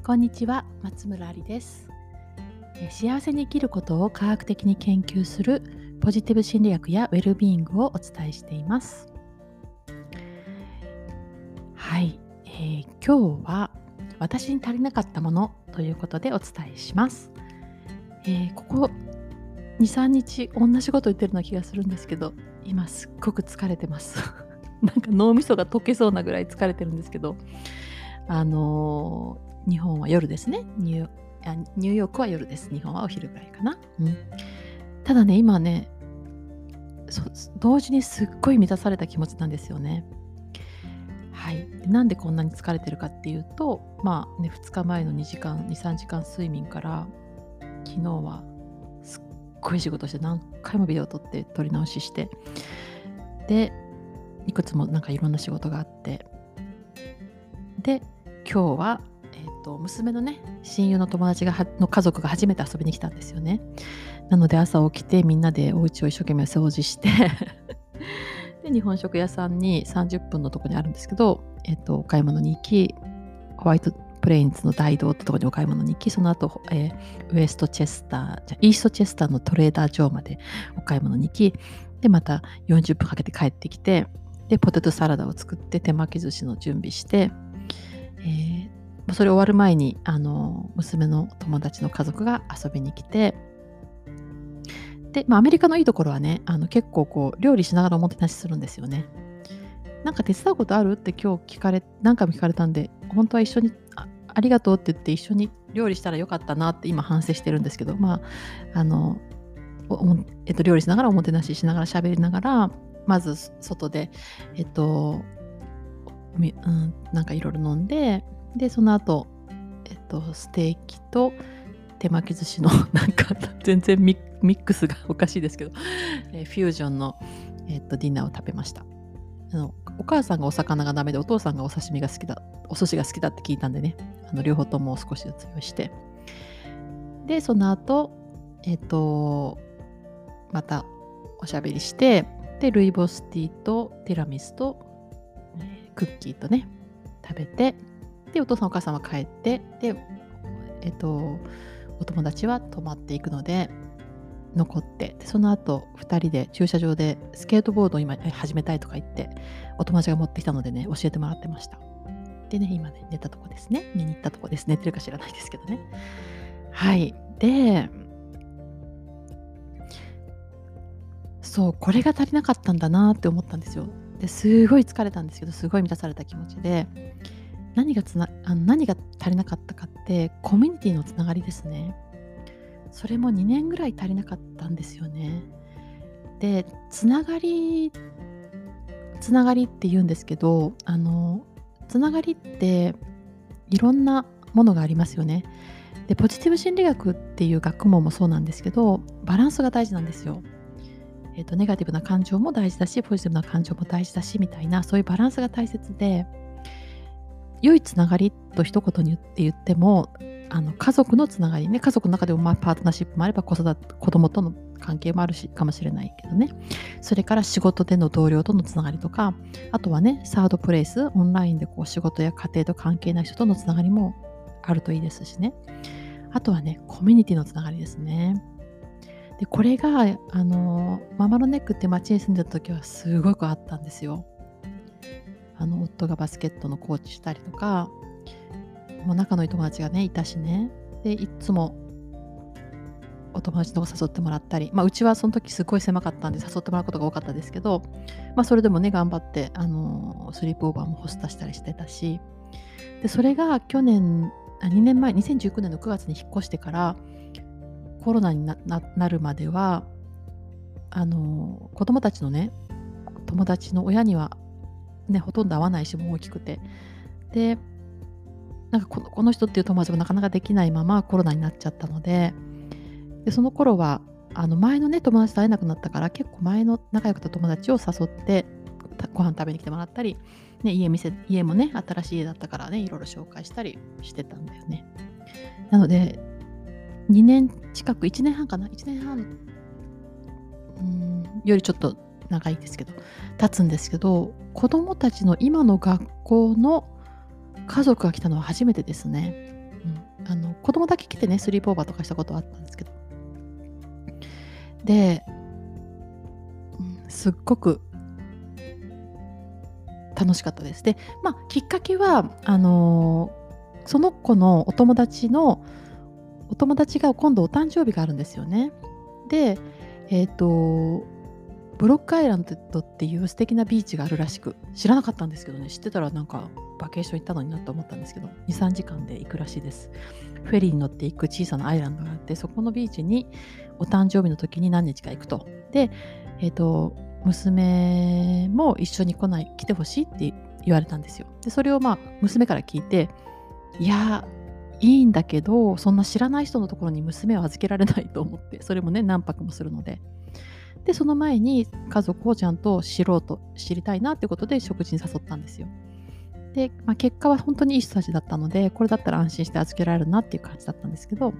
こんにちは、松村ありです。幸せに生きることを科学的に研究するポジティブ心理学やウェルビーイングをお伝えしています。はい、今日は私に足りなかったものということでお伝えします。ここ2、3日同じこと言ってるような気がするんですけど、今すっごく疲れてます。なんか脳みそが溶けそうなぐらい疲れてるんですけど、日本は夜ですね。ニューヨークは夜です。日本はお昼ぐらいかな。ただね、今ね、同時にすっごい満たされた気持ちなんですよね。はい。でなんでこんなに疲れてるかっていうと、2日前の2時間、2、3時間睡眠から、昨日はすっごい仕事して何回もビデオ撮って撮り直しして、で、いくつもなんかいろんな仕事があって、で、今日は、娘のね、親友の友達の家族が初めて遊びに来たんですよね。なので朝起きてみんなでお家を一生懸命掃除してで、日本食屋さんに30分のとこにあるんですけど、お買い物に行き、ホワイトプレインズの大道ってとこにお買い物に行き、その後、イーストチェスターのトレーダー場までお買い物に行き、で、また40分かけて帰ってきて、で、ポテトサラダを作って手巻き寿司の準備して、それ終わる前に娘の友達の家族が遊びに来て、で、アメリカのいいところはね、結構こう料理しながらおもてなしするんですよね。なんか手伝うことあるって今日何回も聞かれたんで、本当は一緒に ありがとうって言って一緒に料理したらよかったなって今反省してるんですけど、料理しながらおもてなししながら喋りながら、まず外でなんかいろいろ飲んで、でその後ステーキと手巻き寿司のなんか全然ミックスがおかしいですけど、フュージョンのディナーを食べました。お母さんがお魚がダメでお父さんがお寿司が好きだって聞いたんでね、両方とも少しずつ用意して、でその後またおしゃべりして、でルイボスティーとティラミスと、クッキーとね食べて、でお父さんお母さんは帰って、でお友達は泊まっていくので残って、でその後2人で駐車場でスケートボードを今始めたいとか言ってお友達が持ってきたのでね、教えてもらってました。でね、今ね寝たとこですね。寝に行ったとこです。寝てるか知らないですけどね。はい。で、そうこれが足りなかったんだなって思ったんですよ。ですごい疲れたんですけど、すごい満たされた気持ちで、何が足りなかったかってコミュニティのつながりですね。それも2年ぐらい足りなかったんですよね。で、つながりって言うんですけど、つながりっていろんなものがありますよね。で、ポジティブ心理学っていう学問もそうなんですけど、バランスが大事なんですよ。ネガティブな感情も大事だし、ポジティブな感情も大事だしみたいな、そういうバランスが大切で、良いつながりと一言に言っても、家族のつながりね、家族の中でもパートナーシップもあれば子供との関係もあるかもしれないけどね、それから仕事での同僚とのつながりとか、あとはねサードプレイス、オンラインでこう仕事や家庭と関係ない人とのつながりもあるといいですしね、あとはねコミュニティのつながりですね。でこれがママロネックって町に住んでた時はすごくあったんですよ。夫がバスケットのコーチしたりとか、もう仲のいい友達がねいたしね、でいつもお友達のとこ誘ってもらったり、うちはその時すごい狭かったんで誘ってもらうことが多かったですけど、それでもね頑張ってスリープオーバーもホストしたりしてたし、でそれが2年前2019年の9月に引っ越してからコロナに なるまでは子供たちのね友達の親にはねほとんど会わないし、もう大きくて、でなんかこの人っていう友達もなかなかできないままコロナになっちゃったので、その頃は前のね友達と会えなくなったから、結構前の仲良かった友達を誘ってご飯食べに来てもらったり、ね、家もね新しい家だったからねいろいろ紹介したりしてたんだよね。なので2年近く1年半かな1年半よりちょっと長いですけど経つんですけど、子供たちの今の学校の家族が来たのは初めてですね。 子供だけ来てね、スリープオーバーとかしたことはあったんですけど。で、すっごく楽しかったです。で、きっかけは、その子のお友達が今度お誕生日があるんですよね。で、ブロックアイランドっていう素敵なビーチがあるらしく、知らなかったんですけどね、知ってたらなんかバケーション行ったのになと思ったんですけど、2、3時間で行くらしいです。フェリーに乗って行く小さなアイランドがあって、そこのビーチにお誕生日の時に何日か行くと。で、娘も一緒に来てほしいって言われたんですよ。で、それを娘から聞いて、いや、いいんだけど、そんな知らない人のところに娘を預けられないと思って、それもね、何泊もするので。で、その前に家族をちゃんと知りたいなってことで食事に誘ったんですよ。で、結果は本当にいい人たちだったので、これだったら安心して預けられるなっていう感じだったんですけど、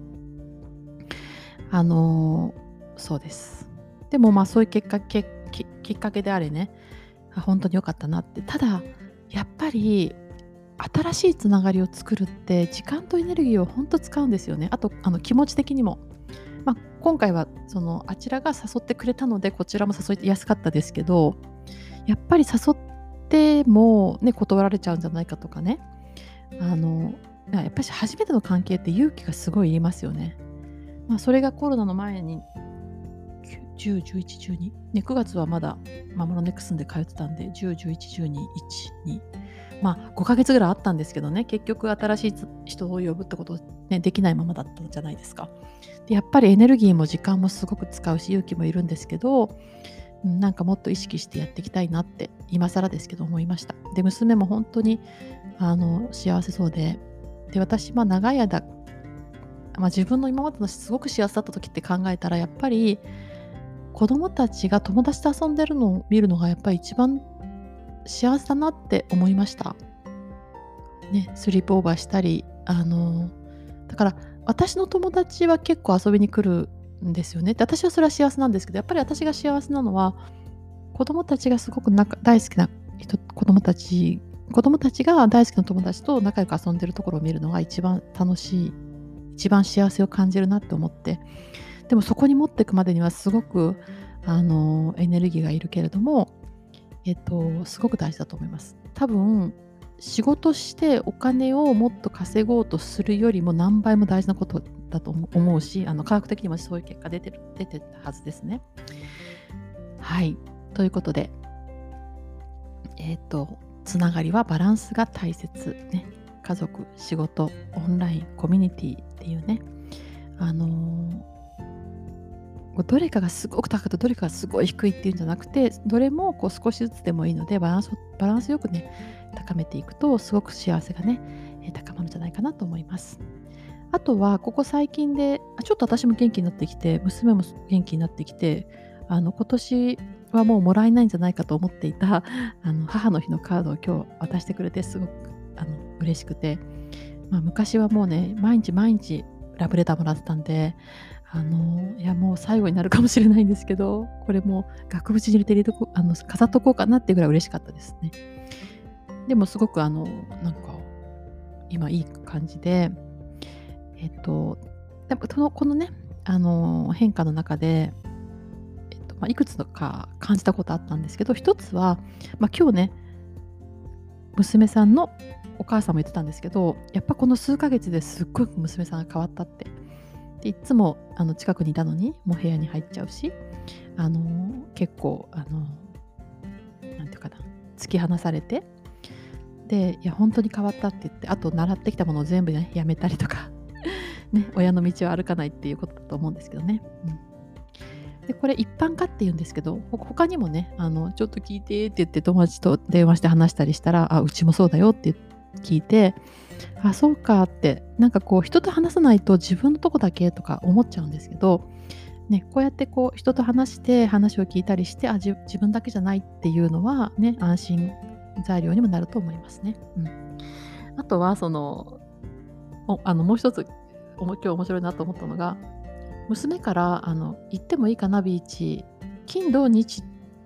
そうです。でもそういうきっかけであれね、本当に良かったなって。ただ、やっぱり新しいつながりを作るって時間とエネルギーを本当使うんですよね。あと気持ち的にも。今回はあちらが誘ってくれたので、こちらも誘いやすかったですけど、やっぱり誘ってもね、断られちゃうんじゃないかとかね。やっぱり初めての関係って勇気がすごいいりますよね。それがコロナの前に10、11、12、ね、9月はまだマモロネックスんで通ってたんで、10、11、12、1、2、5ヶ月ぐらいあったんですけどね、結局新しい人を呼ぶってこと、ね、できないままだったじゃないですか。で、やっぱりエネルギーも時間もすごく使うし、勇気もいるんですけど、なんかもっと意識してやっていきたいなって今更ですけど思いました。で、娘も本当に幸せそうで、私長い間、自分の今までのすごく幸せだった時って考えたら、やっぱり子供たちが友達と遊んでるのを見るのがやっぱり一番幸せだなって思いました。ね、スリープオーバーしたり、だから私の友達は結構遊びに来るんですよね。で、私はそれは幸せなんですけど、やっぱり私が幸せなのは、子供たちがすごく大好きな子供たちが大好きな友達と仲良く遊んでるところを見るのが一番楽しい、一番幸せを感じるなって思って、でもそこに持っていくまでにはすごくエネルギーがいるけれども、すごく大事だと思います。多分仕事してお金をもっと稼ごうとするよりも何倍も大事なことだと思うし、科学的にもそういう結果出てたはずですね。はい。ということで、つながりはバランスが大切ね。家族、仕事、オンライン、コミュニティっていうね、どれかがすごく高くてどれかがすごい低いっていうんじゃなくて、どれも少しずつでもいいのでバランスよくね高めていくとすごく幸せがね、高まるんじゃないかなと思います。あとはここ最近でちょっと私も元気になってきて、娘も元気になってきて、今年はもうもらえないんじゃないかと思っていた母の日のカードを今日渡してくれて、すごく嬉しくて、昔はもうね毎日毎日ラブレターもらってたんで、いやもう最後になるかもしれないんですけど、これも額縁に入れて飾っとこうかなっていうぐらい嬉しかったですね。でもすごくなんか今いい感じで、やっぱこのね、変化の中で、いくつか感じたことあったんですけど、一つは、今日ね、娘さんのお母さんも言ってたんですけど、やっぱこの数ヶ月ですっごく娘さんが変わったって。でいつも近くにいたのにもう部屋に入っちゃうし、結構なんていうかな、突き放されて、でいや本当に変わったって言って、あと習ってきたものを全部ねやめたりとかね、親の道を歩かないっていうことだと思うんですけどね。でこれ一般化って言うんですけど、他にもねちょっと聞いてって言って友達と電話して話したりしたら、うちもそうだよって聞いて、そうかって、なんか人と話さないと自分のとこだけとか思っちゃうんですけど、ね、こうやって人と話して話を聞いたりして、自分だけじゃないっていうのはね、安心材料にもなると思いますね。あとはもう一つ今日面白いなと思ったのが、娘から行ってもいいかなビーチ、金土日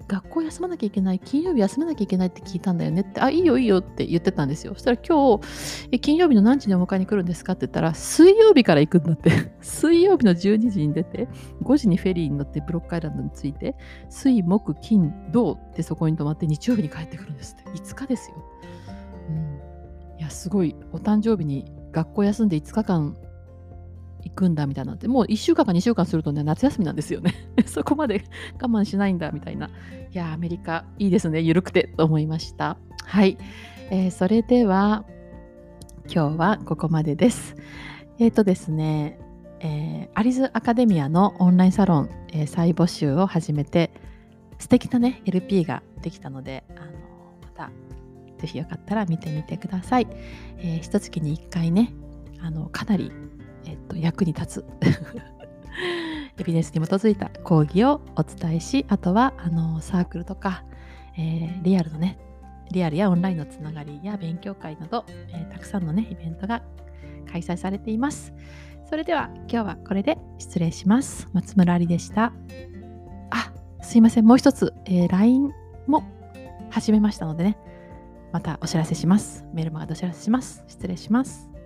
学校休まなきゃいけない、金曜日休まなきゃいけないって聞いたんだよねって、あ、いいよいいよって言ってたんですよ。そしたら今日、金曜日の何時にお迎えに来るんですかって言ったら、水曜日から行くんだって。水曜日の12時に出て、5時にフェリーに乗ってブロックアイランドに着いて、水木金土ってそこに泊まって日曜日に帰ってくるんですって。5日ですよ。うん。いや、すごい、お誕生日に学校休んで5日間行くんだみたいなって、もう1週間か2週間するとね、夏休みなんですよね。そこまで我慢しないんだみたいな。いや、アメリカいいですね、緩くてと思いました。はい。それでは、今日はここまでです。ですね、アリズアカデミアのオンラインサロン、再募集を始めて、素敵なね、LP ができたので、また、ぜひよかったら見てみてください。一月に1回ね、かなり役に立つエビデンスに基づいた講義をお伝えし、あとはサークルとか、リアルやオンラインのつながりや勉強会など、たくさんのねイベントが開催されています。それでは今日はこれで失礼します。松村ありでした。あ、すいません、もう一つ、LINE も始めましたのでね、またお知らせします。メールマガでお知らせします。失礼します。